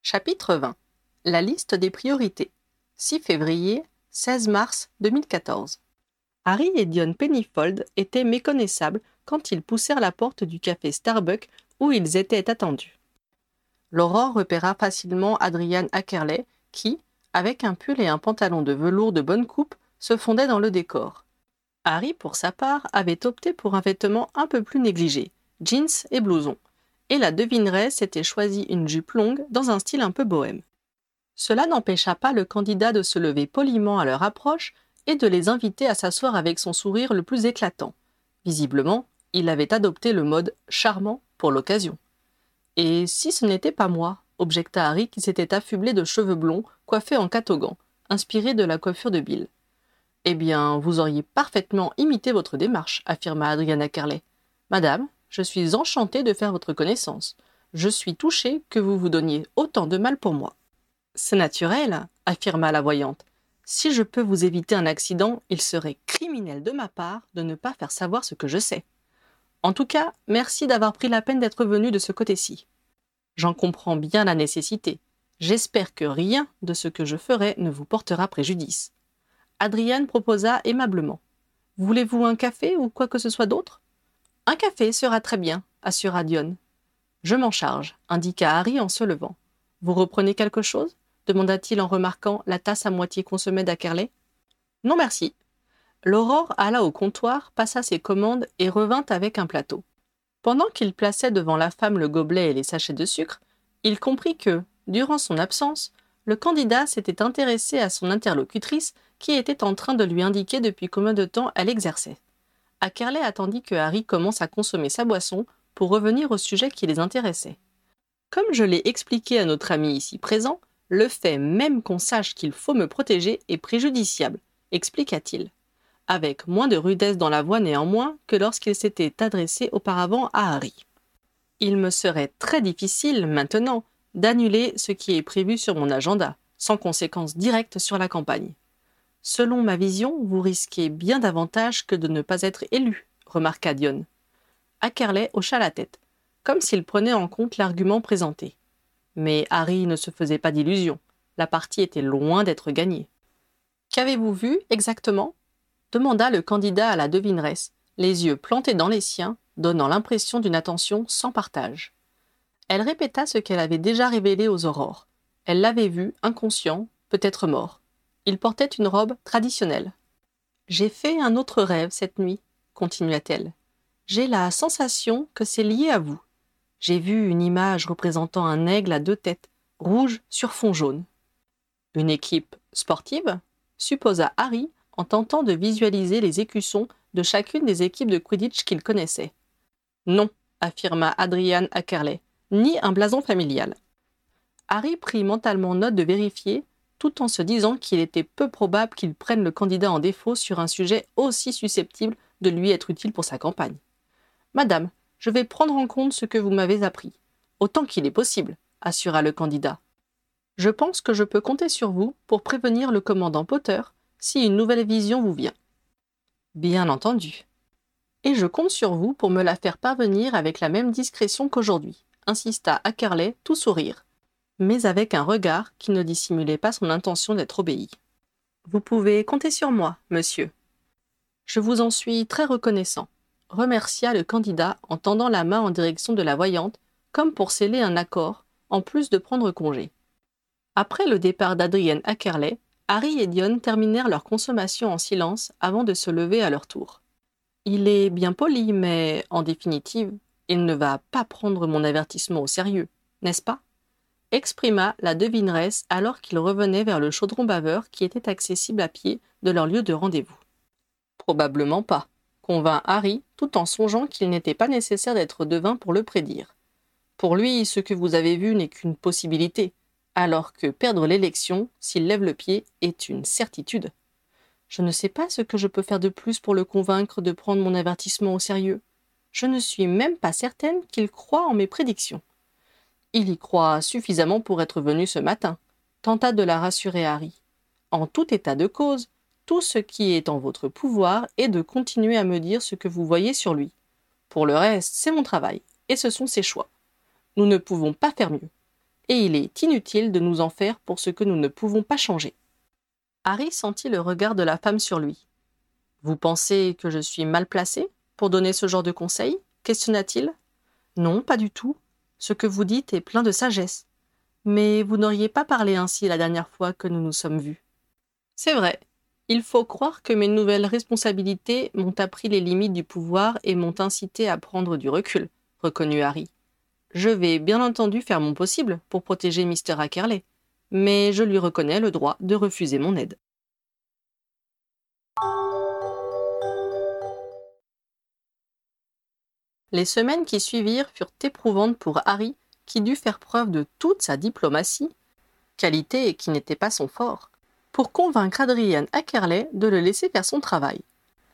Chapitre 20. La liste des priorités. 6 février, 16 mars 2014. Harry et Dion Pennyfold étaient méconnaissables quand ils poussèrent la porte du café Starbucks où ils étaient attendus. L'aurore repéra facilement Adrian Ackerley qui, avec un pull et un pantalon de velours de bonne coupe, se fondait dans le décor. Harry, pour sa part, avait opté pour un vêtement un peu plus négligé, jeans et blouson, et la devineresse s'était choisi une jupe longue dans un style un peu bohème. Cela n'empêcha pas le candidat de se lever poliment à leur approche et de les inviter à s'asseoir avec son sourire le plus éclatant. Visiblement, il avait adopté le mode charmant pour l'occasion. « Et si ce n'était pas moi ?» objecta Harry qui s'était affublé de cheveux blonds coiffés en catogan, inspiré de la coiffure de Bill. « Eh bien, vous auriez parfaitement imité votre démarche, affirma Adrian Ackerley. « Madame, je suis enchantée de faire votre connaissance. Je suis touchée que vous vous donniez autant de mal pour moi. »« C'est naturel, » affirma la voyante. « Si je peux vous éviter un accident, il serait criminel de ma part de ne pas faire savoir ce que je sais. En tout cas, merci d'avoir pris la peine d'être venu de ce côté-ci. J'en comprends bien la nécessité. J'espère que rien de ce que je ferai ne vous portera préjudice. » Adrian proposa aimablement. « Voulez-vous un café ou quoi que ce soit d'autre ?»« Un café sera très bien, » assura Dion. « Je m'en charge, » indiqua Harry en se levant. « Vous reprenez quelque chose ?» demanda-t-il en remarquant la tasse à moitié consommée d'Ackerley. « Non merci. » L'aurore alla au comptoir, passa ses commandes et revint avec un plateau. Pendant qu'il plaçait devant la femme le gobelet et les sachets de sucre, il comprit que, durant son absence, le candidat s'était intéressé à son interlocutrice qui était en train de lui indiquer depuis combien de temps elle exerçait. Ackerley attendit que Harry commence à consommer sa boisson pour revenir au sujet qui les intéressait. « Comme je l'ai expliqué à notre ami ici présent, le fait même qu'on sache qu'il faut me protéger est préjudiciable, expliqua-t-il, avec moins de rudesse dans la voix néanmoins que lorsqu'il s'était adressé auparavant à Harry. Il me serait très difficile, maintenant, d'annuler ce qui est prévu sur mon agenda, sans conséquence directe sur la campagne. Selon ma vision, vous risquez bien davantage que de ne pas être élu, remarqua Dion. Ackerley hocha la tête, comme s'il prenait en compte l'argument présenté. Mais Harry ne se faisait pas d'illusions. La partie était loin d'être gagnée. « Qu'avez-vous vu, exactement ?» demanda le candidat à la devineresse, les yeux plantés dans les siens, donnant l'impression d'une attention sans partage. Elle répéta ce qu'elle avait déjà révélé aux aurores. Elle l'avait vu, inconscient, peut-être mort. Il portait une robe traditionnelle. « J'ai fait un autre rêve cette nuit, » continua-t-elle. « J'ai la sensation que c'est lié à vous. J'ai vu une image représentant un aigle à 2 têtes, rouge sur fond jaune. »« Une équipe sportive ?» supposa Harry en tentant de visualiser les écussons de chacune des équipes de Quidditch qu'il connaissait. « Non, » affirma Adrian Ackerley, « ni un blason familial. » Harry prit mentalement note de vérifier, tout en se disant qu'il était peu probable qu'il prenne le candidat en défaut sur un sujet aussi susceptible de lui être utile pour sa campagne. « Madame, je vais prendre en compte ce que vous m'avez appris, autant qu'il est possible, » assura le candidat. « Je pense que je peux compter sur vous pour prévenir le commandant Potter si une nouvelle vision vous vient. »« Bien entendu. Et je compte sur vous pour me la faire parvenir avec la même discrétion qu'aujourd'hui, » insista Ackerley, tout sourire, mais avec un regard qui ne dissimulait pas son intention d'être obéi. « Vous pouvez compter sur moi, monsieur. »« Je vous en suis très reconnaissant, » remercia le candidat en tendant la main en direction de la voyante, comme pour sceller un accord, en plus de prendre congé. Après le départ d'Adrian Ackerley, Harry et Dion terminèrent leur consommation en silence avant de se lever à leur tour. « Il est bien poli, mais, en définitive, il ne va pas prendre mon avertissement au sérieux, n'est-ce pas ?» exprima la devineresse alors qu'ils revenaient vers le chaudron baveur qui était accessible à pied de leur lieu de rendez-vous. « Probablement pas, » convint Harry, tout en songeant qu'il n'était pas nécessaire d'être devin pour le prédire. « Pour lui, ce que vous avez vu n'est qu'une possibilité, alors que perdre l'élection, s'il lève le pied, est une certitude. Je ne sais pas ce que je peux faire de plus pour le convaincre de prendre mon avertissement au sérieux. Je ne suis même pas certaine qu'il croie en mes prédictions. » « Il y croit suffisamment pour être venu ce matin, » tenta de la rassurer Harry. « En tout état de cause, tout ce qui est en votre pouvoir est de continuer à me dire ce que vous voyez sur lui. Pour le reste, c'est mon travail, et ce sont ses choix. Nous ne pouvons pas faire mieux. et il est inutile de nous en faire pour ce que nous ne pouvons pas changer. Harry sentit le regard de la femme sur lui. « Vous pensez que je suis mal placé pour donner ce genre de conseils ?» questionna-t-il. « Non, pas du tout. Ce que vous dites est plein de sagesse. Mais vous n'auriez pas parlé ainsi la dernière fois que nous nous sommes vus. » « C'est vrai. Il faut croire que mes nouvelles responsabilités m'ont appris les limites du pouvoir et m'ont incité à prendre du recul, » reconnut Harry. « Je vais bien entendu faire mon possible pour protéger Mr. Ackerley, mais je lui reconnais le droit de refuser mon aide. » Les semaines qui suivirent furent éprouvantes pour Harry, qui dut faire preuve de toute sa diplomatie, qualité qui n'était pas son fort, pour convaincre Adrian Ackerley de le laisser faire son travail.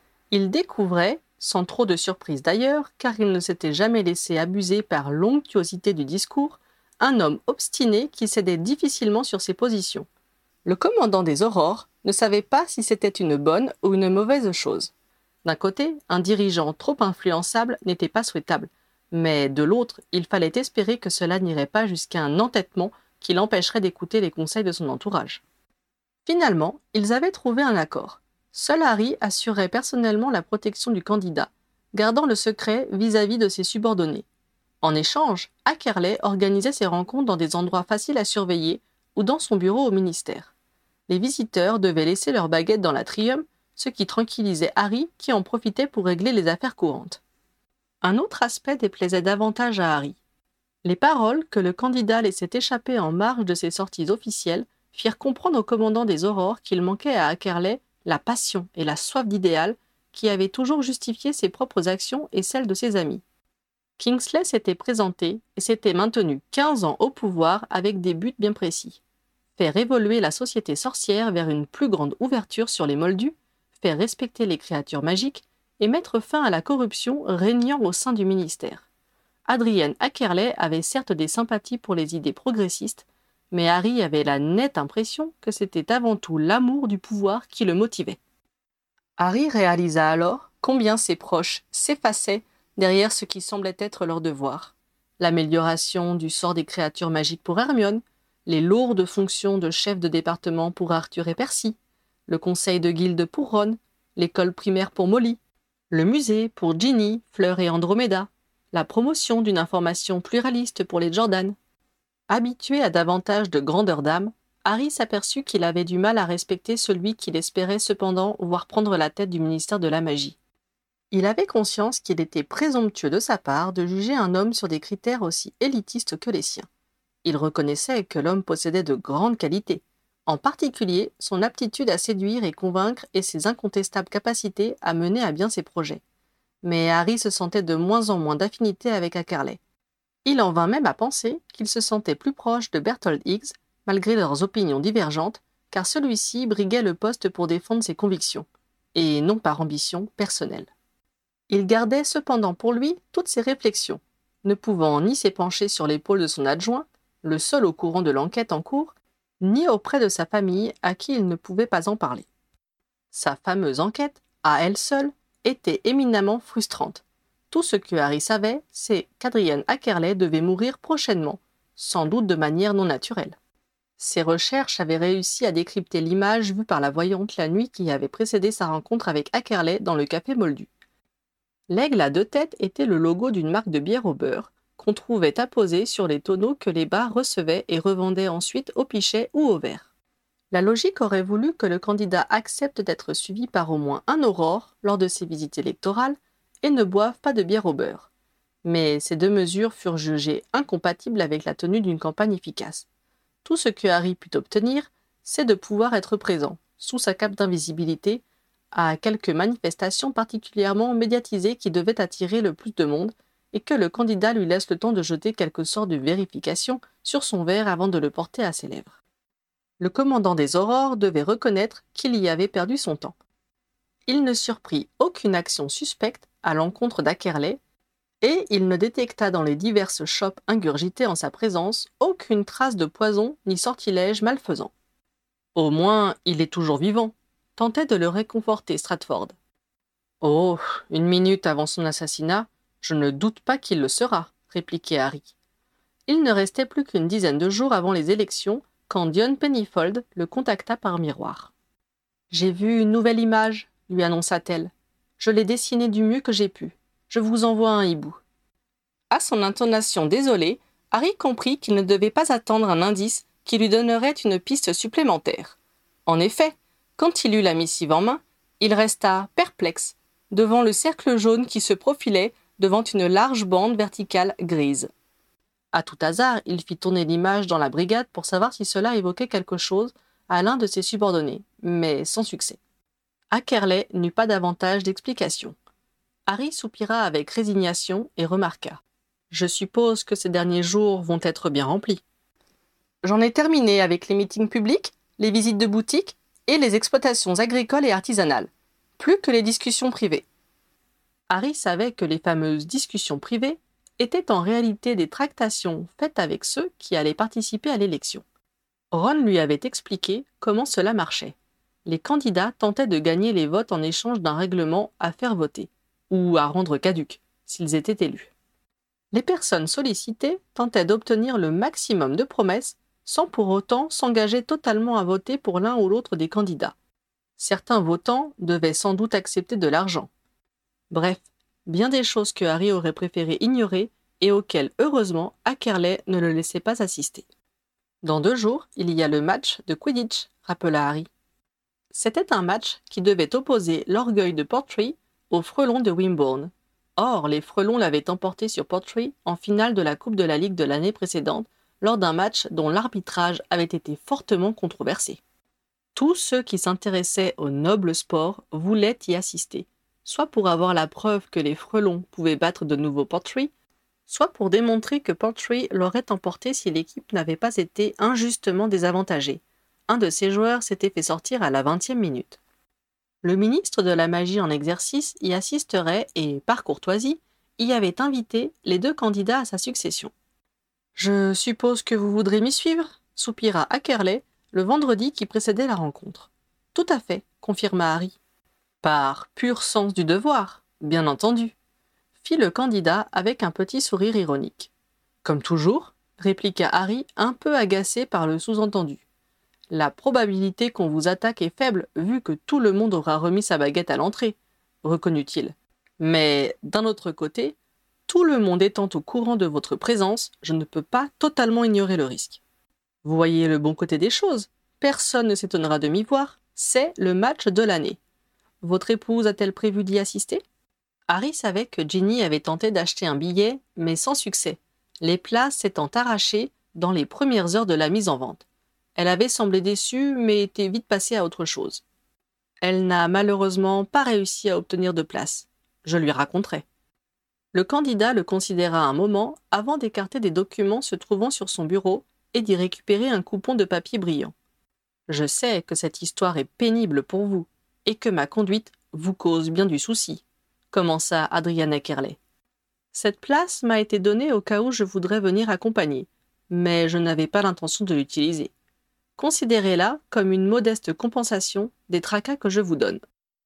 Il découvrait, sans trop de surprise d'ailleurs, car il ne s'était jamais laissé abuser par l'onctuosité du discours, un homme obstiné qui cédait difficilement sur ses positions. Le commandant des Aurores ne savait pas si c'était une bonne ou une mauvaise chose. D'un côté, un dirigeant trop influençable n'était pas souhaitable, mais de l'autre, il fallait espérer que cela n'irait pas jusqu'à un entêtement qui l'empêcherait d'écouter les conseils de son entourage. Finalement, ils avaient trouvé un accord. Seul Harry assurait personnellement la protection du candidat, gardant le secret vis-à-vis de ses subordonnés. En échange, Ackerley organisait ses rencontres dans des endroits faciles à surveiller ou dans son bureau au ministère. Les visiteurs devaient laisser leurs baguettes dans l'atrium, ce qui tranquillisait Harry qui en profitait pour régler les affaires courantes. Un autre aspect déplaisait davantage à Harry. Les paroles que le candidat laissait échapper en marge de ses sorties officielles firent comprendre au commandant des Aurores qu'il manquait à Ackerley la passion et la soif d'idéal qui avaient toujours justifié ses propres actions et celles de ses amis. Kingsley s'était présenté et s'était maintenu 15 ans au pouvoir avec des buts bien précis. Faire évoluer la société sorcière vers une plus grande ouverture sur les moldus, faire respecter les créatures magiques et mettre fin à la corruption régnant au sein du ministère. Adrian Ackerley avait certes des sympathies pour les idées progressistes, mais Harry avait la nette impression que c'était avant tout l'amour du pouvoir qui le motivait. Harry réalisa alors combien ses proches s'effaçaient derrière ce qui semblait être leur devoir. L'amélioration du sort des créatures magiques pour Hermione, les lourdes fonctions de chef de département pour Arthur et Percy, le conseil de guilde pour Ron, l'école primaire pour Molly, le musée pour Ginny, Fleur et Andromeda, la promotion d'une information pluraliste pour les Jordan. Habitué à davantage de grandeur d'âme, Harry s'aperçut qu'il avait du mal à respecter celui qu'il espérait cependant voir prendre la tête du ministère de la Magie. Il avait conscience qu'il était présomptueux de sa part de juger un homme sur des critères aussi élitistes que les siens. Il reconnaissait que l'homme possédait de grandes qualités, en particulier son aptitude à séduire et convaincre et ses incontestables capacités à mener à bien ses projets. Mais Harry se sentait de moins en moins d'affinité avec Ackerley. Il en vint même à penser qu'il se sentait plus proche de Berthold Higgs, malgré leurs opinions divergentes, car celui-ci briguait le poste pour défendre ses convictions, et non par ambition personnelle. Il gardait cependant pour lui toutes ses réflexions, ne pouvant ni s'épancher sur l'épaule de son adjoint, le seul au courant de l'enquête en cours, ni auprès de sa famille à qui il ne pouvait pas en parler. Sa fameuse enquête, à elle seule, était éminemment frustrante. Tout ce que Harry savait, c'est qu'Adrian Ackerley devait mourir prochainement, sans doute de manière non naturelle. Ses recherches avaient réussi à décrypter l'image vue par la voyante la nuit qui avait précédé sa rencontre avec Ackerley dans le café Moldu. L'aigle à deux têtes était le logo d'une marque de bière au beurre, qu'on trouvait apposée sur les tonneaux que les bars recevaient et revendaient ensuite au pichet ou au verre. La logique aurait voulu que le candidat accepte d'être suivi par au moins un aurore lors de ses visites électorales et ne boive pas de bière au beurre. Mais ces deux mesures furent jugées incompatibles avec la tenue d'une campagne efficace. Tout ce que Harry put obtenir, c'est de pouvoir être présent, sous sa cape d'invisibilité, à quelques manifestations particulièrement médiatisées qui devaient attirer le plus de monde, et que le candidat lui laisse le temps de jeter quelque sorte de vérification sur son verre avant de le porter à ses lèvres. Le commandant des Aurores devait reconnaître qu'il y avait perdu son temps. Il ne surprit aucune action suspecte à l'encontre d'Ackerley, et il ne détecta dans les diverses chopes ingurgitées en sa présence aucune trace de poison ni sortilège malfaisant. « Au moins, il est toujours vivant », tentait de le réconforter Stratford. « Oh, une minute avant son assassinat, je ne doute pas qu'il le sera », répliquait Harry. Il ne restait plus qu'une dizaine de jours avant les élections quand Dion Pennyfold le contacta par miroir. « J'ai vu une nouvelle image, lui annonça-t-elle. Je l'ai dessinée du mieux que j'ai pu. Je vous envoie un hibou. » À son intonation désolée, Harry comprit qu'il ne devait pas attendre un indice qui lui donnerait une piste supplémentaire. En effet, quand il eut la missive en main, il resta perplexe devant le cercle jaune qui se profilait devant une large bande verticale grise. À tout hasard, il fit tourner l'image dans la brigade pour savoir si cela évoquait quelque chose à l'un de ses subordonnés, mais sans succès. Ackerley n'eut pas davantage d'explications. Harry soupira avec résignation et remarqua. « Je suppose que ces derniers jours vont être bien remplis. J'en ai terminé avec les meetings publics, les visites de boutiques et les exploitations agricoles et artisanales, plus que les discussions privées. » Harry savait que les fameuses discussions privées étaient en réalité des tractations faites avec ceux qui allaient participer à l'élection. Ron lui avait expliqué comment cela marchait. Les candidats tentaient de gagner les votes en échange d'un règlement à faire voter, ou à rendre caduc, s'ils étaient élus. Les personnes sollicitées tentaient d'obtenir le maximum de promesses sans pour autant s'engager totalement à voter pour l'un ou l'autre des candidats. Certains votants devaient sans doute accepter de l'argent. Bref, bien des choses que Harry aurait préféré ignorer et auxquelles, heureusement, Ackerley ne le laissait pas assister. « Dans 2 jours, il y a le match de Quidditch », rappela Harry. C'était un match qui devait opposer l'orgueil de Portree aux frelons de Wimborne. Or, les frelons l'avaient emporté sur Portree en finale de la Coupe de la Ligue de l'année précédente lors d'un match dont l'arbitrage avait été fortement controversé. Tous ceux qui s'intéressaient au noble sport voulaient y assister, soit pour avoir la preuve que les frelons pouvaient battre de nouveau Portree, soit pour démontrer que Portree l'aurait emporté si l'équipe n'avait pas été injustement désavantagée. Un de ses joueurs s'était fait sortir à la 20e minute. Le ministre de la magie en exercice y assisterait et, par courtoisie, y avait invité les 2 candidats à sa succession. « Je suppose que vous voudrez m'y suivre » soupira Ackerley le vendredi qui précédait la rencontre. « Tout à fait » confirma Harry. « Par pur sens du devoir, bien entendu » fit le candidat avec un petit sourire ironique. « Comme toujours » répliqua Harry un peu agacé par le sous-entendu. « La probabilité qu'on vous attaque est faible vu que tout le monde aura remis sa baguette à l'entrée, » reconnut-il. « Mais d'un autre côté, tout le monde étant au courant de votre présence, je ne peux pas totalement ignorer le risque. Vous voyez le bon côté des choses, personne ne s'étonnera de m'y voir, c'est le match de l'année. Votre épouse a-t-elle prévu d'y assister ?» Harry savait que Ginny avait tenté d'acheter un billet, mais sans succès, les places s'étant arrachées dans les premières heures de la mise en vente. Elle avait semblé déçue, mais était vite passée à autre chose. Elle n'a malheureusement pas réussi à obtenir de place. Je lui raconterai. Le candidat le considéra un moment avant d'écarter des documents se trouvant sur son bureau et d'y récupérer un coupon de papier brillant. « Je sais que cette histoire est pénible pour vous et que ma conduite vous cause bien du souci, » commença Adrian Ackerley. « Cette place m'a été donnée au cas où je voudrais venir accompagner, mais je n'avais pas l'intention de l'utiliser. Considérez-la comme une modeste compensation des tracas que je vous donne. »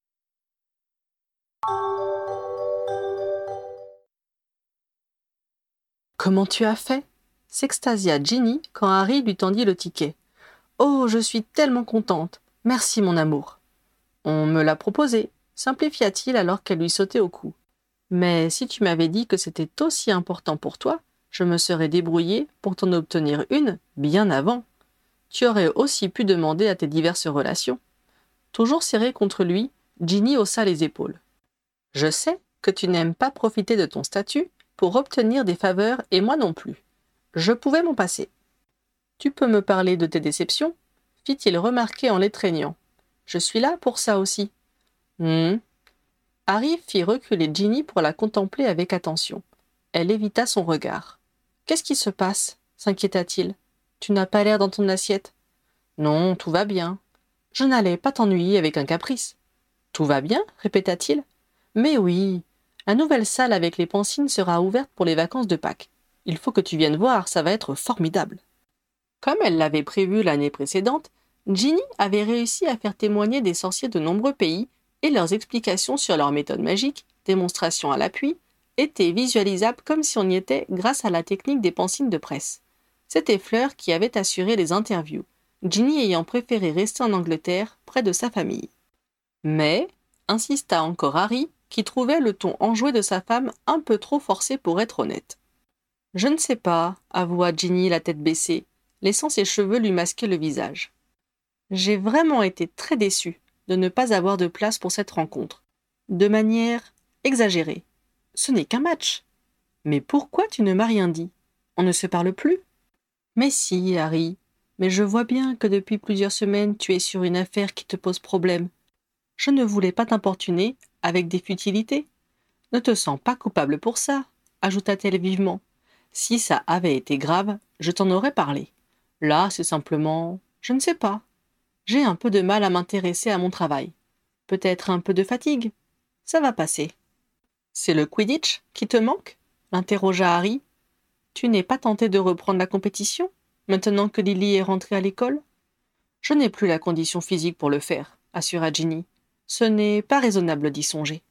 « Comment tu as fait ?» s'extasia Ginny quand Harry lui tendit le ticket. « Oh, je suis tellement contente. Merci, mon amour. »« On me l'a proposé, » simplifia-t-il alors qu'elle lui sautait au cou. « Mais si tu m'avais dit que c'était aussi important pour toi, je me serais débrouillée pour t'en obtenir une bien avant. Tu aurais aussi pu demander à tes diverses relations. » Toujours serrée contre lui, Ginny haussa les épaules. « Je sais que tu n'aimes pas profiter de ton statut pour obtenir des faveurs et moi non plus. Je pouvais m'en passer. »« Tu peux me parler de tes déceptions ?» fit-il remarquer en l'étreignant. « Je suis là pour ça aussi. » Harry fit reculer Ginny pour la contempler avec attention. Elle évita son regard. « Qu'est-ce qui se passe ?» s'inquiéta-t-il. « Tu n'as pas l'air dans ton assiette. »« Non, tout va bien. Je n'allais pas t'ennuyer avec un caprice. »« Tout va bien ?» répéta-t-il. « Mais oui, la nouvelle salle avec les pansines sera ouverte pour les vacances de Pâques. Il faut que tu viennes voir, ça va être formidable. » Comme elle l'avait prévu l'année précédente, Ginny avait réussi à faire témoigner des sorciers de nombreux pays et leurs explications sur leurs méthodes magiques, démonstrations à l'appui, était visualisable comme si on y était grâce à la technique des pansignes de presse. C'était Fleur qui avait assuré les interviews, Ginny ayant préféré rester en Angleterre, près de sa famille. Mais, insista encore Harry, qui trouvait le ton enjoué de sa femme un peu trop forcé pour être honnête. « Je ne sais pas, » avoua Ginny la tête baissée, laissant ses cheveux lui masquer le visage. « J'ai vraiment été très déçue de ne pas avoir de place pour cette rencontre, de manière exagérée. Ce n'est qu'un match. Mais pourquoi tu ne m'as rien dit? On ne se parle plus? » « Mais si, Harry, mais je vois bien que depuis plusieurs semaines tu es sur une affaire qui te pose problème. Je ne voulais pas t'importuner avec des futilités. Ne te sens pas coupable pour ça, ajouta-t-elle vivement. Si ça avait été grave, je t'en aurais parlé. Là, c'est simplement... je ne sais pas. J'ai un peu de mal à m'intéresser à mon travail. Peut-être un peu de fatigue. Ça va passer. C'est le Quidditch qui te manque? L'interrogea Harry. Tu n'es pas tenté de reprendre la compétition, maintenant que Lily est rentrée à l'école? Je n'ai plus la condition physique pour le faire, assura Ginny. Ce n'est pas raisonnable d'y songer.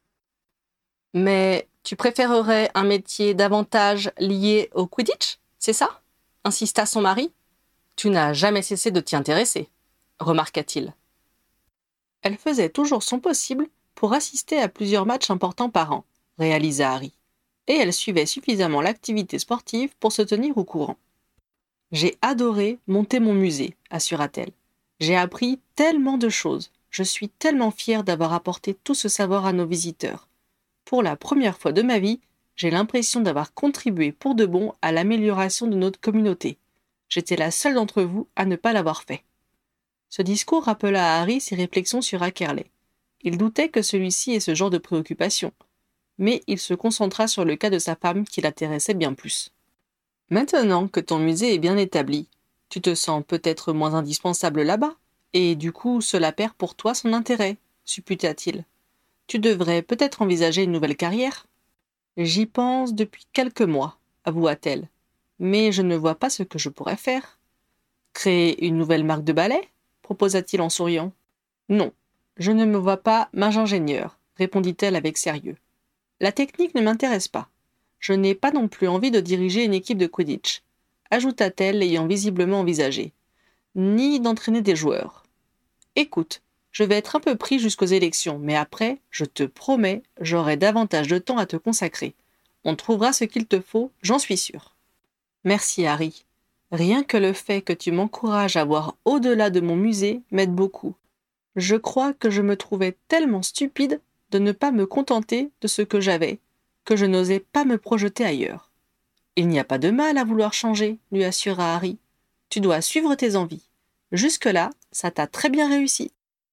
Mais tu préférerais un métier davantage lié au Quidditch, c'est ça? Insista son mari. Tu n'as jamais cessé de t'y intéresser, remarqua-t-il. Elle faisait toujours son possible pour assister à plusieurs matchs importants par an, réalisa Harry, et elle suivait suffisamment l'activité sportive pour se tenir au courant. J'ai adoré monter mon musée, assura-t-elle. J'ai appris tellement de choses. Je suis tellement fière d'avoir apporté tout ce savoir à nos visiteurs. Pour la première fois de ma vie, j'ai l'impression d'avoir contribué pour de bon à l'amélioration de notre communauté. J'étais la seule d'entre vous à ne pas l'avoir fait. Ce discours rappela à Harry ses réflexions sur Ackerley. Il doutait que celui-ci ait ce genre de préoccupation, mais il se concentra sur le cas de sa femme qui l'intéressait bien plus. « Maintenant que ton musée est bien établi, tu te sens peut-être moins indispensable là-bas, et du coup cela perd pour toi son intérêt, supputa-t-il. Tu devrais peut-être envisager une nouvelle carrière. »« J'y pense depuis quelques mois, avoua-t-elle, mais je ne vois pas ce que je pourrais faire. »« Créer une nouvelle marque de ballet ?» proposa-t-il en souriant. « Non, je ne me vois pas mage-ingénieur, répondit-elle avec sérieux. La technique ne m'intéresse pas. Je n'ai pas non plus envie de diriger une équipe de Quidditch, ajouta-t-elle l'ayant visiblement envisagé, ni d'entraîner des joueurs. Écoute, je vais être un peu pris jusqu'aux élections, mais après, je te promets, j'aurai davantage de temps à te consacrer. On trouvera ce qu'il te faut, j'en suis sûre. Merci, Harry. Rien que le fait que tu m'encourages à voir au-delà de mon musée m'aide beaucoup. Je crois que je me trouvais tellement stupide de ne pas me contenter de ce que j'avais, que je n'osais pas me projeter ailleurs. Il n'y a pas de mal à vouloir changer, lui assura Harry. Tu dois suivre tes envies. Jusque-là, ça t'a très bien réussi.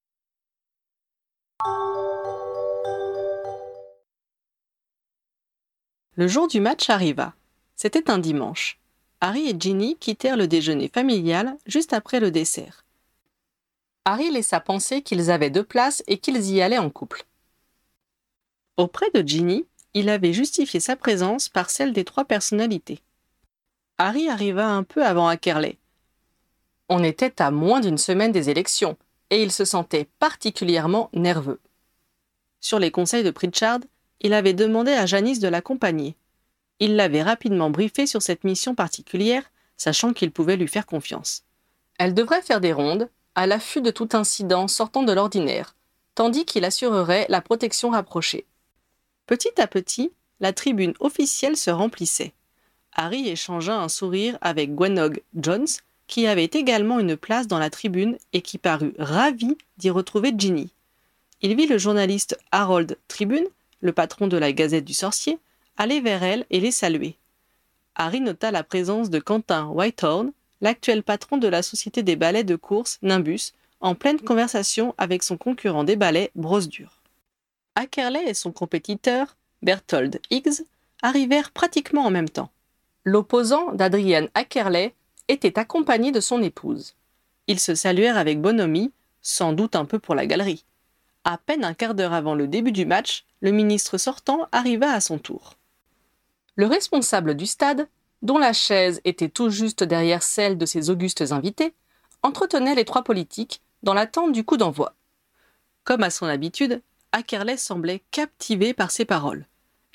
Le jour du match arriva. C'était un dimanche. Harry et Ginny quittèrent le déjeuner familial juste après le dessert. Harry laissa penser qu'ils avaient 2 places et qu'ils y allaient en couple. Auprès de Ginny, il avait justifié sa présence par celle des 3 personnalités. Harry arriva un peu avant Ackerley. On était à moins d'1 semaine des élections, et il se sentait particulièrement nerveux. Sur les conseils de Pritchard, il avait demandé à Janice de l'accompagner. Il l'avait rapidement briefée sur cette mission particulière, sachant qu'il pouvait lui faire confiance. Elle devrait faire des rondes, à l'affût de tout incident sortant de l'ordinaire, tandis qu'il assurerait la protection rapprochée. Petit à petit, la tribune officielle se remplissait. Harry échangea un sourire avec Gwenog Jones, qui avait également une place dans la tribune et qui parut ravi d'y retrouver Ginny. Il vit le journaliste Harold Tribune, le patron de la Gazette du Sorcier, aller vers elle et les saluer. Harry nota la présence de Quentin Whitehorn, l'actuel patron de la société des ballets de course Nimbus, en pleine conversation avec son concurrent des ballets Brosdur. Ackerley et son compétiteur, Berthold Higgs, arrivèrent pratiquement en même temps. L'opposant d'Adrian Ackerley était accompagné de son épouse. Ils se saluèrent avec bonhomie, sans doute un peu pour la galerie. À peine un quart d'heure avant le début du match, le ministre sortant arriva à son tour. Le responsable du stade, dont la chaise était tout juste derrière celle de ses augustes invités, entretenait les 3 politiques dans l'attente du coup d'envoi. Comme à son habitude, Ackerley semblait captivé par ses paroles.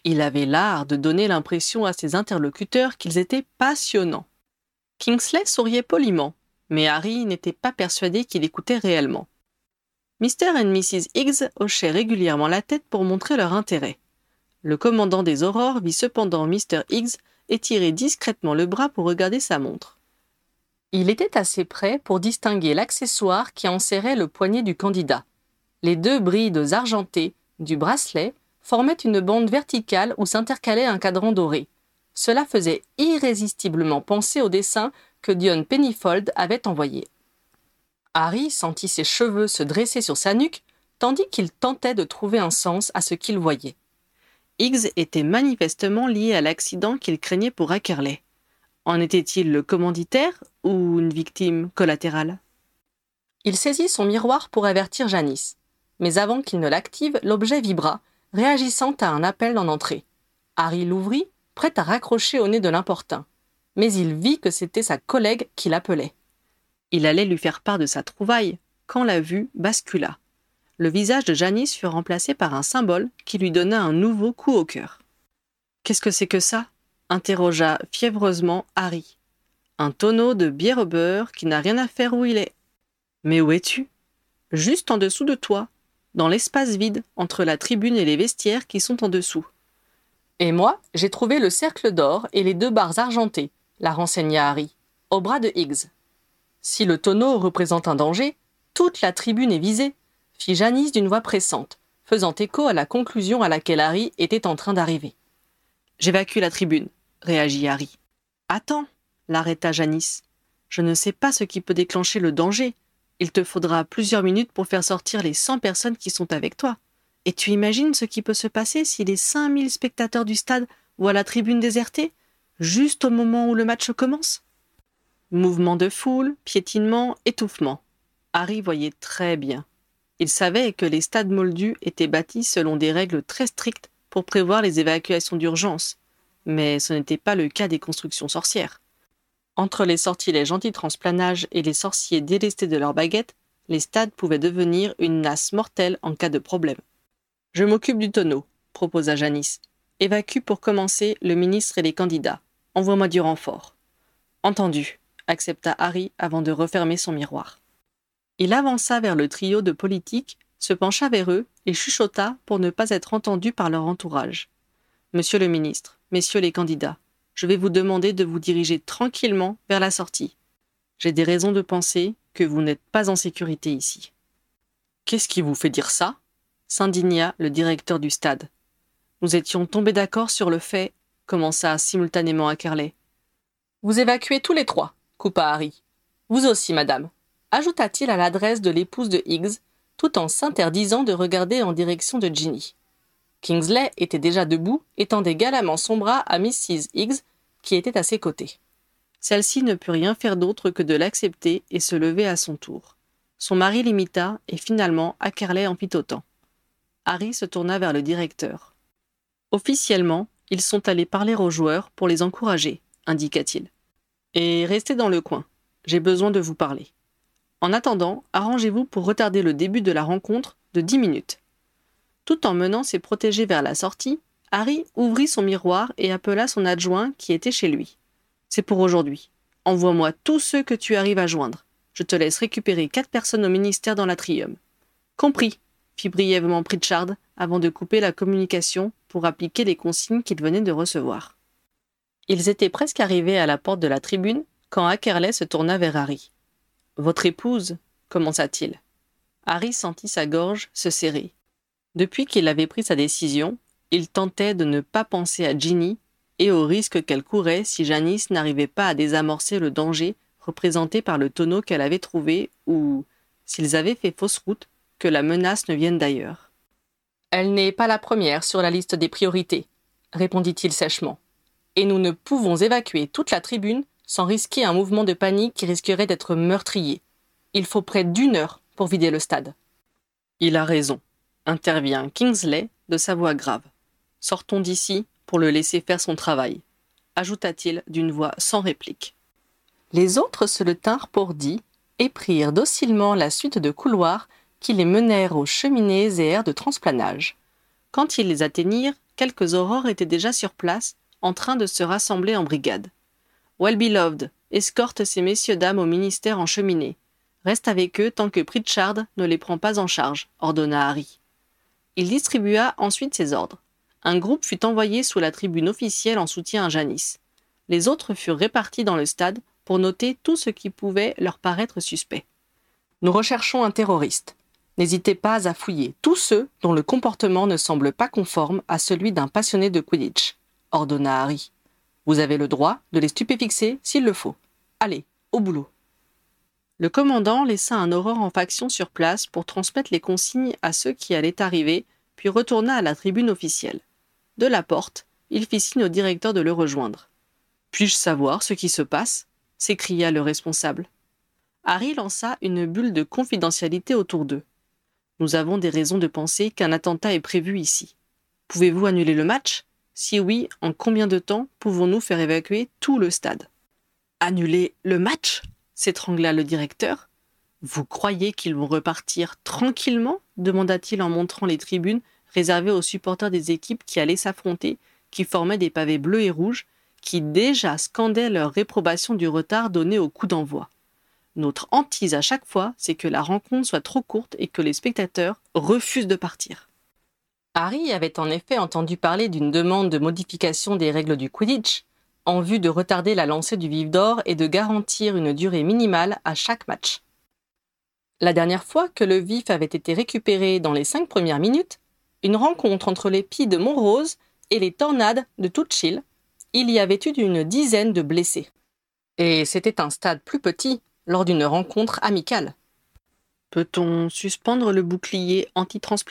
Il avait l'art de donner l'impression à ses interlocuteurs qu'ils étaient passionnants. Kingsley souriait poliment, mais Harry n'était pas persuadé qu'il écoutait réellement. Mr. et Mrs. Higgs hochaient régulièrement la tête pour montrer leur intérêt. Le commandant des Aurores vit cependant Mr. Higgs étirer discrètement le bras pour regarder sa montre. Il était assez près pour distinguer l'accessoire qui enserrait le poignet du candidat. Les 2 brides argentées du bracelet formaient une bande verticale où s'intercalait un cadran doré. Cela faisait irrésistiblement penser au dessin que Dion Pennyfold avait envoyé. Harry sentit ses cheveux se dresser sur sa nuque, tandis qu'il tentait de trouver un sens à ce qu'il voyait. Higgs était manifestement lié à l'accident qu'il craignait pour Ackerley. En était-il le commanditaire ou une victime collatérale? Il saisit son miroir pour avertir Janice, mais avant qu'il ne l'active, l'objet vibra, réagissant à un appel en entrée. Harry l'ouvrit, prêt à raccrocher au nez de l'importun, mais il vit que c'était sa collègue qui l'appelait. Il allait lui faire part de sa trouvaille, quand la vue bascula. Le visage de Janice fut remplacé par un symbole qui lui donna un nouveau coup au cœur. « Qu'est-ce que c'est que ça ?» interrogea fiévreusement Harry. « Un tonneau de bière au beurre qui n'a rien à faire où il est. »« Mais où es-tu ?»« Juste en dessous de toi, dans l'espace vide entre la tribune et les vestiaires qui sont en dessous. »« Et moi, j'ai trouvé le cercle d'or et les 2 barres argentées, » la renseigna Harry, au bras de Higgs. « Si le tonneau représente un danger, toute la tribune est visée, » fit Janice d'une voix pressante, faisant écho à la conclusion à laquelle Harry était en train d'arriver. « J'évacue la tribune, » réagit Harry. « Attends, » l'arrêta Janice. « Je ne sais pas ce qui peut déclencher le danger. Il te faudra plusieurs minutes pour faire sortir les 100 personnes qui sont avec toi. Et tu imagines ce qui peut se passer si les 5000 spectateurs du stade voient la tribune désertée, juste au moment où le match commence ?» Mouvement de foule, piétinement, étouffement. Harry voyait très bien. Il savait que les stades moldus étaient bâtis selon des règles très strictes pour prévoir les évacuations d'urgence, mais ce n'était pas le cas des constructions sorcières. Entre les sortilèges anti-transplanage et les sorciers délestés de leurs baguettes, les stades pouvaient devenir une nasse mortelle en cas de problème. « Je m'occupe du tonneau, » proposa Janice. « Évacue pour commencer le ministre et les candidats. Envoie-moi du renfort. »« Entendu, » accepta Harry avant de refermer son miroir. Il avança vers le trio de politiques, se pencha vers eux et chuchota pour ne pas être entendu par leur entourage. « Monsieur le ministre, messieurs les candidats, je vais vous demander de vous diriger tranquillement vers la sortie. J'ai des raisons de penser que vous n'êtes pas en sécurité ici. »« Qu'est-ce qui vous fait dire ça ?» s'indigna le directeur du stade. « Nous étions tombés d'accord sur le fait, » commença simultanément Ackerley. « Vous évacuez tous les 3, coupa Harry. « Vous aussi, madame, » ajouta-t-il à l'adresse de l'épouse de Higgs, tout en s'interdisant de regarder en direction de Ginny. Kingsley était déjà debout et tendait galamment son bras à Mrs. Higgs, qui était à ses côtés. Celle-ci ne put rien faire d'autre que de l'accepter et se lever à son tour. Son mari l'imita et finalement Ackerley en fit autant. Harry se tourna vers le directeur. « Officiellement, ils sont allés parler aux joueurs pour les encourager, indiqua-t-il. Et restez dans le coin, j'ai besoin de vous parler. En attendant, arrangez-vous pour retarder le début de la rencontre de 10 minutes. » Tout en menant ses protégés vers la sortie, Harry ouvrit son miroir et appela son adjoint qui était chez lui. « C'est pour aujourd'hui. Envoie-moi tous ceux que tu arrives à joindre. Je te laisse récupérer 4 personnes au ministère dans l'atrium. »« Compris, » fit brièvement Pritchard avant de couper la communication pour appliquer les consignes qu'il venait de recevoir. Ils étaient presque arrivés à la porte de la tribune quand Ackerley se tourna vers Harry. « Votre épouse » commença-t-il. Harry sentit sa gorge se serrer. Depuis qu'il avait pris sa décision, il tentait de ne pas penser à Ginny et au risque qu'elle courait si Janice n'arrivait pas à désamorcer le danger représenté par le tonneau qu'elle avait trouvé ou, s'ils avaient fait fausse route, que la menace ne vienne d'ailleurs. « Elle n'est pas la première sur la liste des priorités, » répondit-il sèchement. « Et nous ne pouvons évacuer toute la tribune sans risquer un mouvement de panique qui risquerait d'être meurtrier. Il faut près d'1 heure pour vider le stade. »« Il a raison, » intervient Kingsley de sa voix grave. « Sortons d'ici pour le laisser faire son travail, » ajouta-t-il d'une voix sans réplique. Les autres se le tinrent pour dit et prirent docilement la suite de couloirs qui les menèrent aux cheminées et aires de transplanage. Quand ils les atteignirent, quelques aurores étaient déjà sur place, en train de se rassembler en brigade. « Well beloved, escorte ces messieurs-dames au ministère en cheminée. Reste avec eux tant que Pritchard ne les prend pas en charge, » ordonna Harry. Il distribua ensuite ses ordres. Un groupe fut envoyé sous la tribune officielle en soutien à Janice. Les autres furent répartis dans le stade pour noter tout ce qui pouvait leur paraître suspect. « Nous recherchons un terroriste. N'hésitez pas à fouiller tous ceux dont le comportement ne semble pas conforme à celui d'un passionné de Quidditch, » ordonna Harry. « Vous avez le droit de les stupéfixer s'il le faut. Allez, au boulot. » Le commandant laissa un aurore en faction sur place pour transmettre les consignes à ceux qui allaient arriver, puis retourna à la tribune officielle. De la porte, il fit signe au directeur de le rejoindre. « Puis-je savoir ce qui se passe ?» s'écria le responsable. Harry lança une bulle de confidentialité autour d'eux. « Nous avons des raisons de penser qu'un attentat est prévu ici. Pouvez-vous annuler le match ? Si oui, en combien de temps pouvons-nous faire évacuer tout le stade ?»« Annuler le match ?» s'étrangla le directeur. « Vous croyez qu'ils vont repartir tranquillement ?» demanda-t-il en montrant les tribunes réservées aux supporters des équipes qui allaient s'affronter, qui formaient des pavés bleus et rouges, qui déjà scandaient leur réprobation du retard donné au coup d'envoi. Notre hantise à chaque fois, c'est que la rencontre soit trop courte et que les spectateurs refusent de partir. Harry avait en effet entendu parler d'une demande de modification des règles du Quidditch, en vue de retarder la lancée du vif d'or et de garantir une durée minimale à chaque match. La dernière fois que le vif avait été récupéré dans les 5 premières minutes, une rencontre entre les Pies de Montrose et les Tornades de Tuchil, il y avait eu une dizaine de blessés. Et c'était un stade plus petit, lors d'une rencontre amicale. « Peut-on suspendre le bouclier anti-transplanage ?»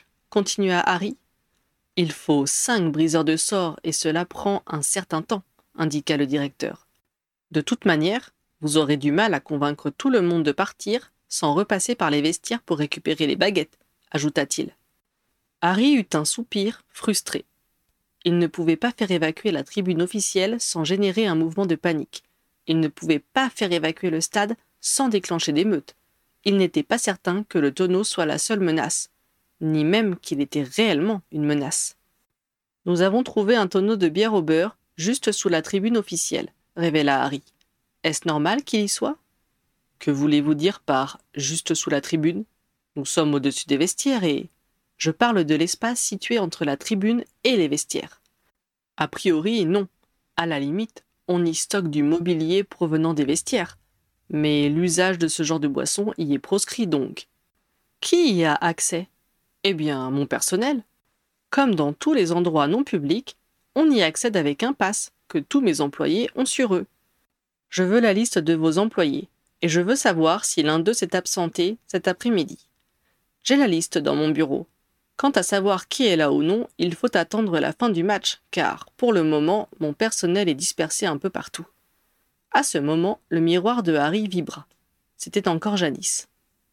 continua Harry. « Il faut 5 briseurs de sorts et cela prend un certain temps, » indiqua le directeur. « De toute manière, vous aurez du mal à convaincre tout le monde de partir sans repasser par les vestiaires pour récupérer les baguettes, » ajouta-t-il. Harry eut un soupir frustré. Il ne pouvait pas faire évacuer la tribune officielle sans générer un mouvement de panique. Il ne pouvait pas faire évacuer le stade sans déclencher d'émeutes. Il n'était pas certain que le tonneau soit la seule menace, ni même qu'il était réellement une menace. « Nous avons trouvé un tonneau de bière au beurre juste sous la tribune officielle, » révéla Harry. « Est-ce normal qu'il y soit ?»« Que voulez-vous dire par « juste sous la tribune » ? Nous sommes au-dessus des vestiaires et... Je parle de l'espace situé entre la tribune et les vestiaires. »« A priori, non. À la limite, on y stocke du mobilier provenant des vestiaires. Mais l'usage de ce genre de boisson y est proscrit donc. »« Qui y a accès ? » ?»« Eh bien, mon personnel. Comme dans tous les endroits non publics, on y accède avec un pass que tous mes employés ont sur eux. Je veux la liste de vos employés, et je veux savoir si l'un d'eux s'est absenté cet après-midi. J'ai la liste dans mon bureau. Quant à savoir qui est là ou non, il faut attendre la fin du match, car, pour le moment, mon personnel est dispersé un peu partout. À ce moment, le miroir de Harry vibra. C'était encore Janice.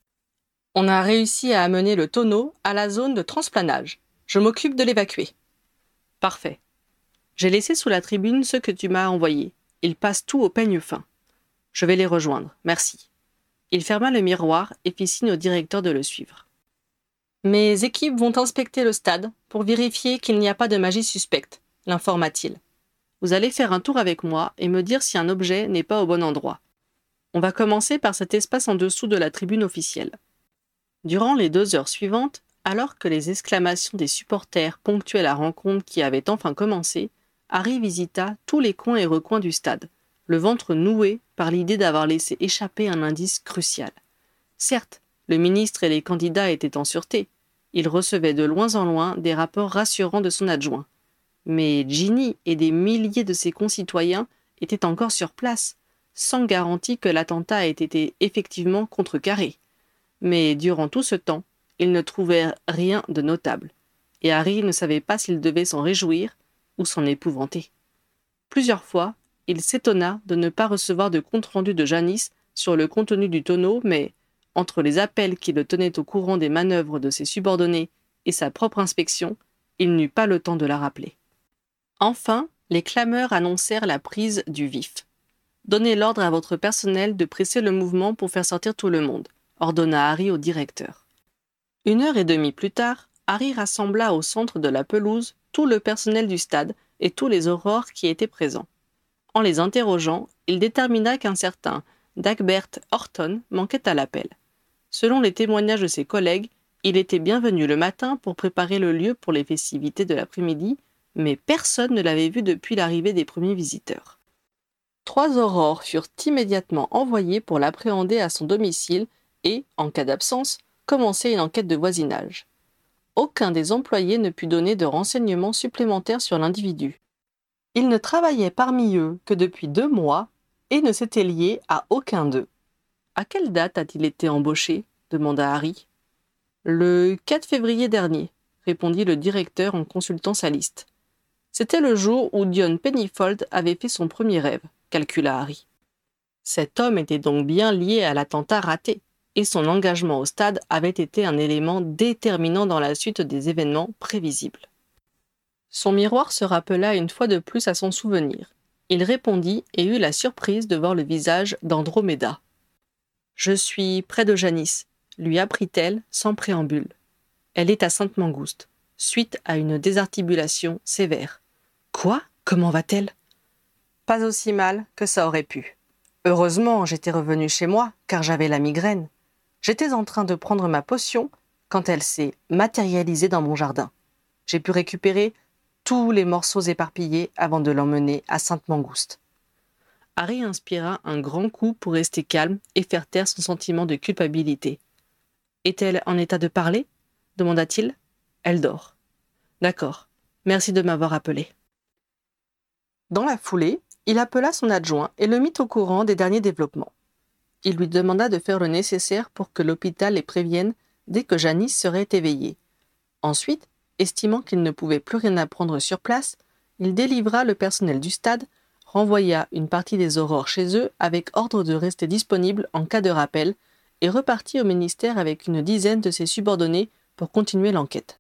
« On a réussi à amener le tonneau à la zone de transplanage. Je m'occupe de l'évacuer. »« Parfait. J'ai laissé sous la tribune ceux que tu m'as envoyés. Ils passent tout au peigne fin. Je vais les rejoindre. Merci. » Il ferma le miroir et fit signe au directeur de le suivre. « Mes équipes vont inspecter le stade pour vérifier qu'il n'y a pas de magie suspecte, » l'informa-t-il. « Vous allez faire un tour avec moi et me dire si un objet n'est pas au bon endroit. On va commencer par cet espace en dessous de la tribune officielle. » Durant les 2 heures suivantes, alors que les exclamations des supporters ponctuaient la rencontre qui avait enfin commencé, Harry visita tous les coins et recoins du stade, le ventre noué par l'idée d'avoir laissé échapper un indice crucial. Certes, le ministre et les candidats étaient en sûreté. Il recevait de loin en loin des rapports rassurants de son adjoint. Mais Ginny et des milliers de ses concitoyens étaient encore sur place, sans garantie que l'attentat ait été effectivement contrecarré. Mais durant tout ce temps, il ne trouvait rien de notable, et Harry ne savait pas s'il devait s'en réjouir ou s'en épouvanter. Plusieurs fois, il s'étonna de ne pas recevoir de compte-rendu de Janice sur le contenu du tonneau, mais, entre les appels qui le tenaient au courant des manœuvres de ses subordonnés et sa propre inspection, il n'eut pas le temps de la rappeler. Enfin, les clameurs annoncèrent la prise du vif. « Donnez l'ordre à votre personnel de presser le mouvement pour faire sortir tout le monde », ordonna Harry au directeur. 1 heure et demie plus tard, Harry rassembla au centre de la pelouse tout le personnel du stade et tous les aurores qui étaient présents. En les interrogeant, il détermina qu'un certain Dagbert Horton manquait à l'appel. Selon les témoignages de ses collègues, il était bienvenu le matin pour préparer le lieu pour les festivités de l'après-midi, mais personne ne l'avait vu depuis l'arrivée des premiers visiteurs. 3 aurores furent immédiatement envoyées pour l'appréhender à son domicile et, en cas d'absence, commencer une enquête de voisinage. Aucun des employés ne put donner de renseignements supplémentaires sur l'individu. Il ne travaillait parmi eux que depuis 2 mois et ne s'était lié à aucun d'eux. « À quelle date a-t-il été embauché ?» demanda Harry. « Le 4 février dernier », répondit le directeur en consultant sa liste. « C'était le jour où Dion Pennyfold avait fait son premier rêve », calcula Harry. Cet homme était donc bien lié à l'attentat raté, et son engagement au stade avait été un élément déterminant dans la suite des événements prévisibles. Son miroir se rappela une fois de plus à son souvenir. Il répondit et eut la surprise de voir le visage d'Andromeda. « Je suis près de Janice », lui apprit-elle sans préambule. « Elle est à Sainte-Mangouste, suite à une désarticulation sévère. »« Quoi ? Comment va-t-elle ?»« Pas aussi mal que ça aurait pu. Heureusement, j'étais revenu chez moi, car j'avais la migraine. J'étais en train de prendre ma potion quand elle s'est matérialisée dans mon jardin. J'ai pu récupérer tous les morceaux éparpillés avant de l'emmener à Sainte-Mangouste. » Harry inspira un grand coup pour rester calme et faire taire son sentiment de culpabilité. « Est-elle en état de parler ?» demanda-t-il. « Elle dort. »« D'accord. Merci de m'avoir appelé. » Dans la foulée, il appela son adjoint et le mit au courant des derniers développements. Il lui demanda de faire le nécessaire pour que l'hôpital les prévienne dès que Janice serait éveillée. Ensuite, estimant qu'il ne pouvait plus rien apprendre sur place, il délivra le personnel du stade, renvoya une partie des aurores chez eux avec ordre de rester disponible en cas de rappel et repartit au ministère avec une dizaine de ses subordonnés pour continuer l'enquête.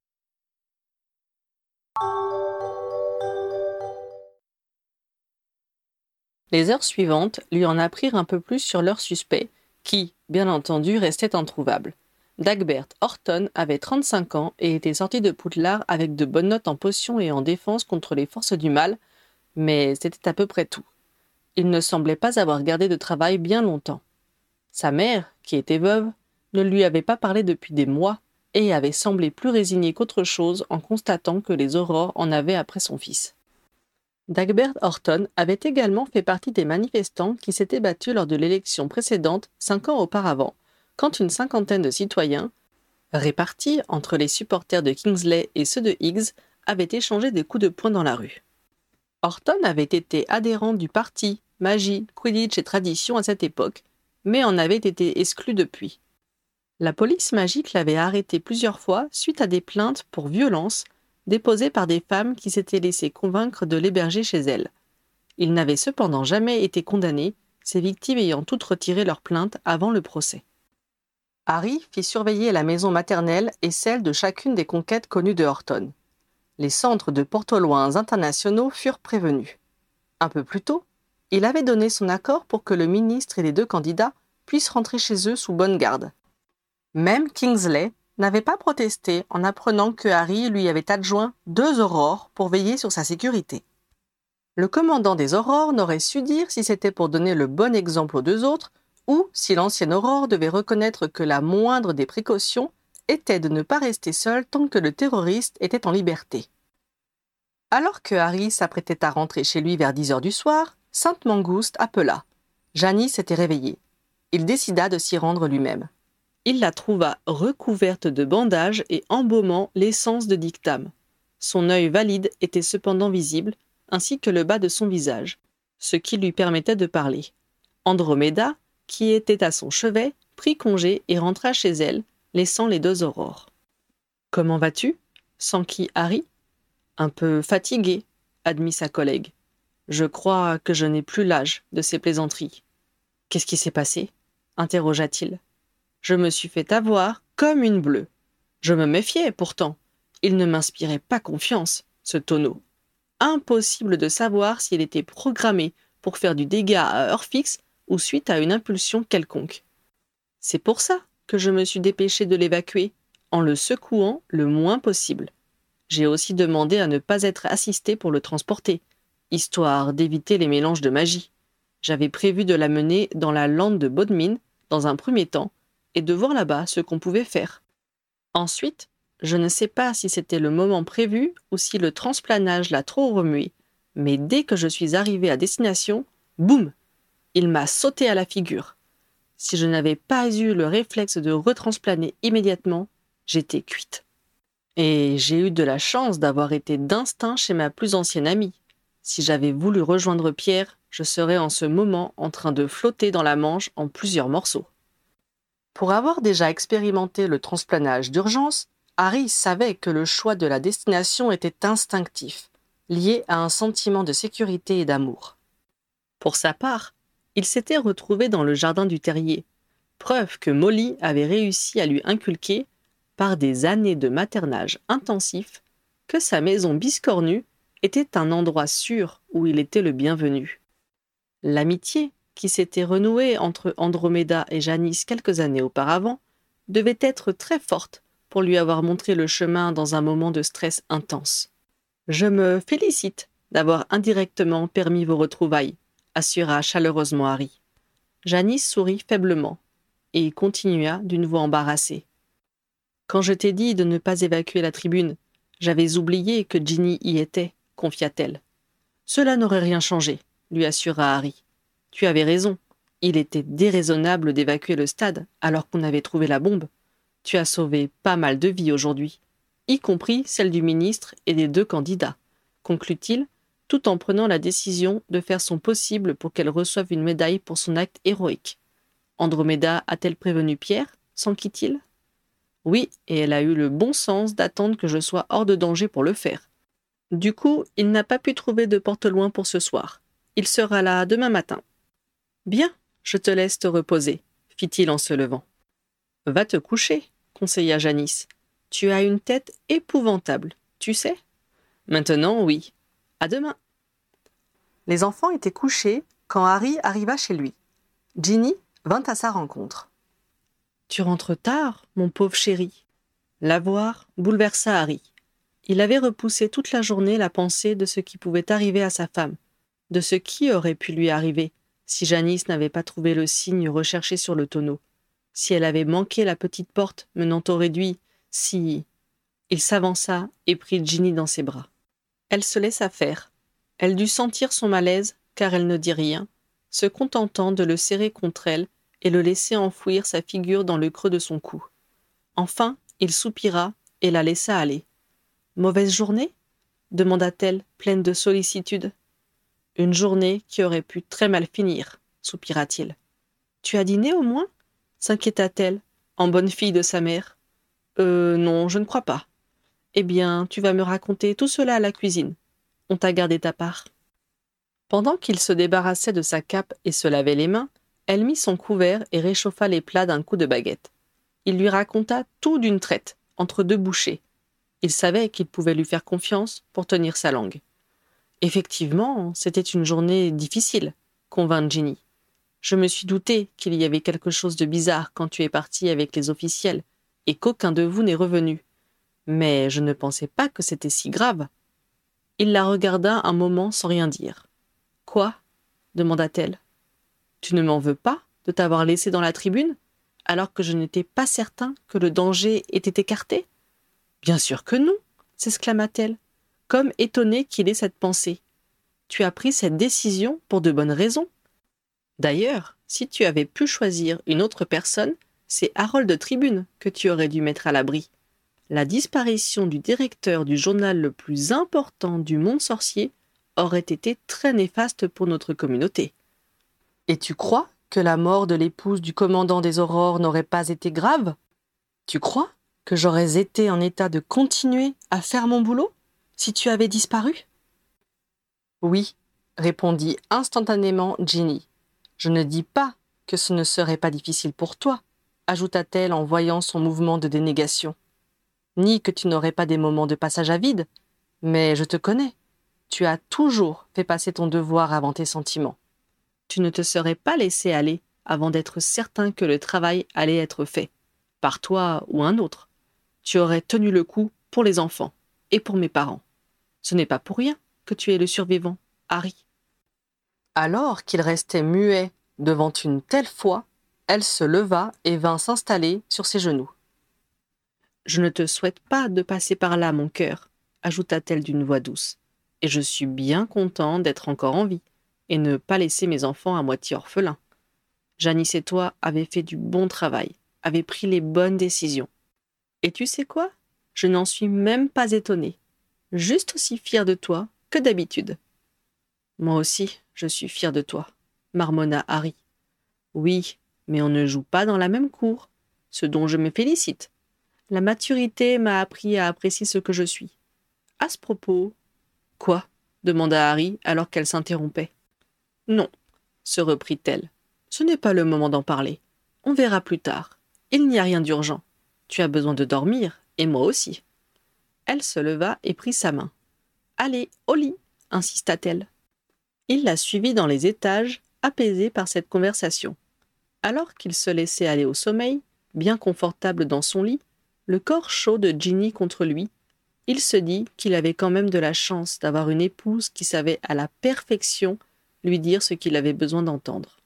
Les heures suivantes lui en apprirent un peu plus sur leur suspect, qui, bien entendu, restait introuvable. Dagbert Horton avait 35 ans et était sorti de Poudlard avec de bonnes notes en potions et en défense contre les forces du mal, mais c'était à peu près tout. Il ne semblait pas avoir gardé de travail bien longtemps. Sa mère, qui était veuve, ne lui avait pas parlé depuis des mois et avait semblé plus résignée qu'autre chose en constatant que les aurores en avaient après son fils. Dagbert Horton avait également fait partie des manifestants qui s'étaient battus lors de l'élection précédente 5 ans auparavant, quand une cinquantaine de citoyens, répartis entre les supporters de Kingsley et ceux de Higgs, avaient échangé des coups de poing dans la rue. Horton avait été adhérent du parti Magie, Quidditch et Tradition à cette époque, mais en avait été exclu depuis. La police magique l'avait arrêté plusieurs fois suite à des plaintes pour violence déposées par des femmes qui s'étaient laissées convaincre de l'héberger chez elles. Il n'avait cependant jamais été condamné, ces victimes ayant toutes retiré leurs plaintes avant le procès. Harry fit surveiller la maison maternelle et celle de chacune des conquêtes connues de Horton. Les centres de porte-au-loin internationaux furent prévenus. Un peu plus tôt, il avait donné son accord pour que le ministre et les 2 candidats puissent rentrer chez eux sous bonne garde. Même Kingsley n'avait pas protesté en apprenant que Harry lui avait adjoint 2 aurores pour veiller sur sa sécurité. Le commandant des aurores n'aurait su dire si c'était pour donner le bon exemple aux 2 autres ou si l'ancienne aurore devait reconnaître que la moindre des précautions était de ne pas rester seul tant que le terroriste était en liberté. Alors que Harry s'apprêtait à rentrer chez lui vers 10 heures du soir, Sainte-Mangouste appela. Janice s'était réveillée. Il décida de s'y rendre lui-même. Il la trouva recouverte de bandages et embaumant l'essence de dictame. Son œil valide était cependant visible, ainsi que le bas de son visage, ce qui lui permettait de parler. Andromeda, qui était à son chevet, prit congé et rentra chez elle, laissant les 2 aurores. « Comment vas-tu » s'enquit Harry. « Un peu fatigué » admit sa collègue. « Je crois que je n'ai plus l'âge de ces plaisanteries. »« Qu'est-ce qui s'est passé » interrogea-t-il. « Je me suis fait avoir comme une bleue. Je me méfiais pourtant. Il ne m'inspirait pas confiance, ce tonneau. Impossible de savoir s'il était programmé pour faire du dégât à heure fixe ou suite à une impulsion quelconque. C'est pour ça que je me suis dépêché de l'évacuer, en le secouant le moins possible. J'ai aussi demandé à ne pas être assistée pour le transporter, histoire d'éviter les mélanges de magie. J'avais prévu de l'amener dans la lande de Bodmin, dans un premier temps, et de voir là-bas ce qu'on pouvait faire. Ensuite, je ne sais pas si c'était le moment prévu ou si le transplanage l'a trop remué, mais dès que je suis arrivée à destination, boum, il m'a sauté à la figure. Si je n'avais pas eu le réflexe de retransplaner immédiatement, j'étais cuite. Et j'ai eu de la chance d'avoir été d'instinct chez ma plus ancienne amie. Si j'avais voulu rejoindre Pierre, je serais en ce moment en train de flotter dans la Manche en plusieurs morceaux. Pour avoir déjà expérimenté le transplanage d'urgence, Harry savait que le choix de la destination était instinctif, lié à un sentiment de sécurité et d'amour. Pour sa part, il s'était retrouvé dans le jardin du terrier, preuve que Molly avait réussi à lui inculquer, par des années de maternage intensif, que sa maison biscornue était un endroit sûr où il était le bienvenu. L'amitié, qui s'était renouée entre Andromeda et Janice quelques années auparavant, devait être très forte pour lui avoir montré le chemin dans un moment de stress intense. « Je me félicite d'avoir indirectement permis vos retrouvailles », assura chaleureusement Harry. Janice sourit faiblement et continua d'une voix embarrassée. « Quand je t'ai dit de ne pas évacuer la tribune, j'avais oublié que Ginny y était, confia-t-elle. « Cela n'aurait rien changé, lui assura Harry. Tu avais raison, il était déraisonnable d'évacuer le stade alors qu'on avait trouvé la bombe. Tu as sauvé pas mal de vies aujourd'hui, y compris celle du ministre et des 2 candidats, conclut-il, tout en prenant la décision de faire son possible pour qu'elle reçoive une médaille pour son acte héroïque. Andromeda a-t-elle prévenu Pierre, s'enquit-il ? Oui, et elle a eu le bon sens d'attendre que je sois hors de danger pour le faire. Du coup, il n'a pas pu trouver de porte-loin pour ce soir. Il sera là demain matin. Bien, je te laisse te reposer, fit-il en se levant. Va te coucher, conseilla Janice. Tu as une tête épouvantable, tu sais ? Maintenant, oui. À demain. Les enfants étaient couchés quand Harry arriva chez lui. Ginny vint à sa rencontre. « Tu rentres tard, mon pauvre chéri. » La voir bouleversa Harry. Il avait repoussé toute la journée la pensée de ce qui pouvait arriver à sa femme, de ce qui aurait pu lui arriver si Janice n'avait pas trouvé le signe recherché sur le tonneau, si elle avait manqué la petite porte menant au réduit, si... Il s'avança et prit Ginny dans ses bras. Elle se laissa faire. Elle dut sentir son malaise, car elle ne dit rien, se contentant de le serrer contre elle et le laisser enfouir sa figure dans le creux de son cou. Enfin, il soupira et la laissa aller. « Mauvaise journée » demanda-t-elle, pleine de sollicitude. « Une journée qui aurait pu très mal finir, soupira-t-il. « Tu as dîné au moins » s'inquiéta-t-elle, en bonne fille de sa mère. Non, je ne crois pas. » Eh bien, tu vas me raconter tout cela à la cuisine. On t'a gardé ta part. » Pendant qu'il se débarrassait de sa cape et se lavait les mains, elle mit son couvert et réchauffa les plats d'un coup de baguette. Il lui raconta tout d'une traite, entre 2 bouchées. Il savait qu'il pouvait lui faire confiance pour tenir sa langue. Effectivement, c'était une journée difficile, convint Ginny. Je me suis douté qu'il y avait quelque chose de bizarre quand tu es parti avec les officiels et qu'aucun de vous n'est revenu. Mais je ne pensais pas que c'était si grave. Il la regarda un moment sans rien dire. « Quoi » demanda-t-elle. « Tu ne m'en veux pas de t'avoir laissé dans la tribune, alors que je n'étais pas certain que le danger était écarté ?»« Bien sûr que non » s'exclama-t-elle, comme étonnée qu'il ait cette pensée. « Tu as pris cette décision pour de bonnes raisons. D'ailleurs, si tu avais pu choisir une autre personne, c'est Harold de Tribune que tu aurais dû mettre à l'abri. La disparition du directeur du journal le plus important du monde sorcier aurait été très néfaste pour notre communauté. Et tu crois que la mort de l'épouse du commandant des Aurores n'aurait pas été grave ? Tu crois que j'aurais été en état de continuer à faire mon boulot si tu avais disparu ? » Oui, répondit instantanément Ginny. Je ne dis pas que ce ne serait pas difficile pour toi, ajouta-t-elle en voyant son mouvement de dénégation. Ni que tu n'aurais pas des moments de passage à vide, mais je te connais. Tu as toujours fait passer ton devoir avant tes sentiments. Tu ne te serais pas laissé aller avant d'être certain que le travail allait être fait, par toi ou un autre. Tu aurais tenu le coup pour les enfants. et pour mes parents. Ce n'est pas pour rien que tu es le survivant, Harry. » Alors qu'il restait muet devant une telle foi, elle se leva et vint s'installer sur ses genoux. « Je ne te souhaite pas de passer par là, mon cœur, » ajouta-t-elle d'une voix douce, « et je suis bien content d'être encore en vie et ne pas laisser mes enfants à moitié orphelins. Janice et toi avez fait du bon travail, avez pris les bonnes décisions. Et tu sais quoi? Je n'en suis même pas étonnée. Juste aussi fière de toi que d'habitude. » « Moi aussi, je suis fière de toi, » marmonna Harry. « Oui, mais on ne joue pas dans la même cour, ce dont je me félicite. La maturité m'a appris à apprécier ce que je suis. À ce propos... » « Quoi ?» demanda Harry alors qu'elle s'interrompait. « Non, » se reprit-elle. « Ce n'est pas le moment d'en parler. On verra plus tard. Il n'y a rien d'urgent. Tu as besoin de dormir, et moi aussi. » Elle se leva et prit sa main. « Allez, au lit !» insista-t-elle. Il la suivit dans les étages, apaisé par cette conversation. Alors qu'il se laissait aller au sommeil, bien confortable dans son lit, le corps chaud de Ginny contre lui, il se dit qu'il avait quand même de la chance d'avoir une épouse qui savait à la perfection lui dire ce qu'il avait besoin d'entendre.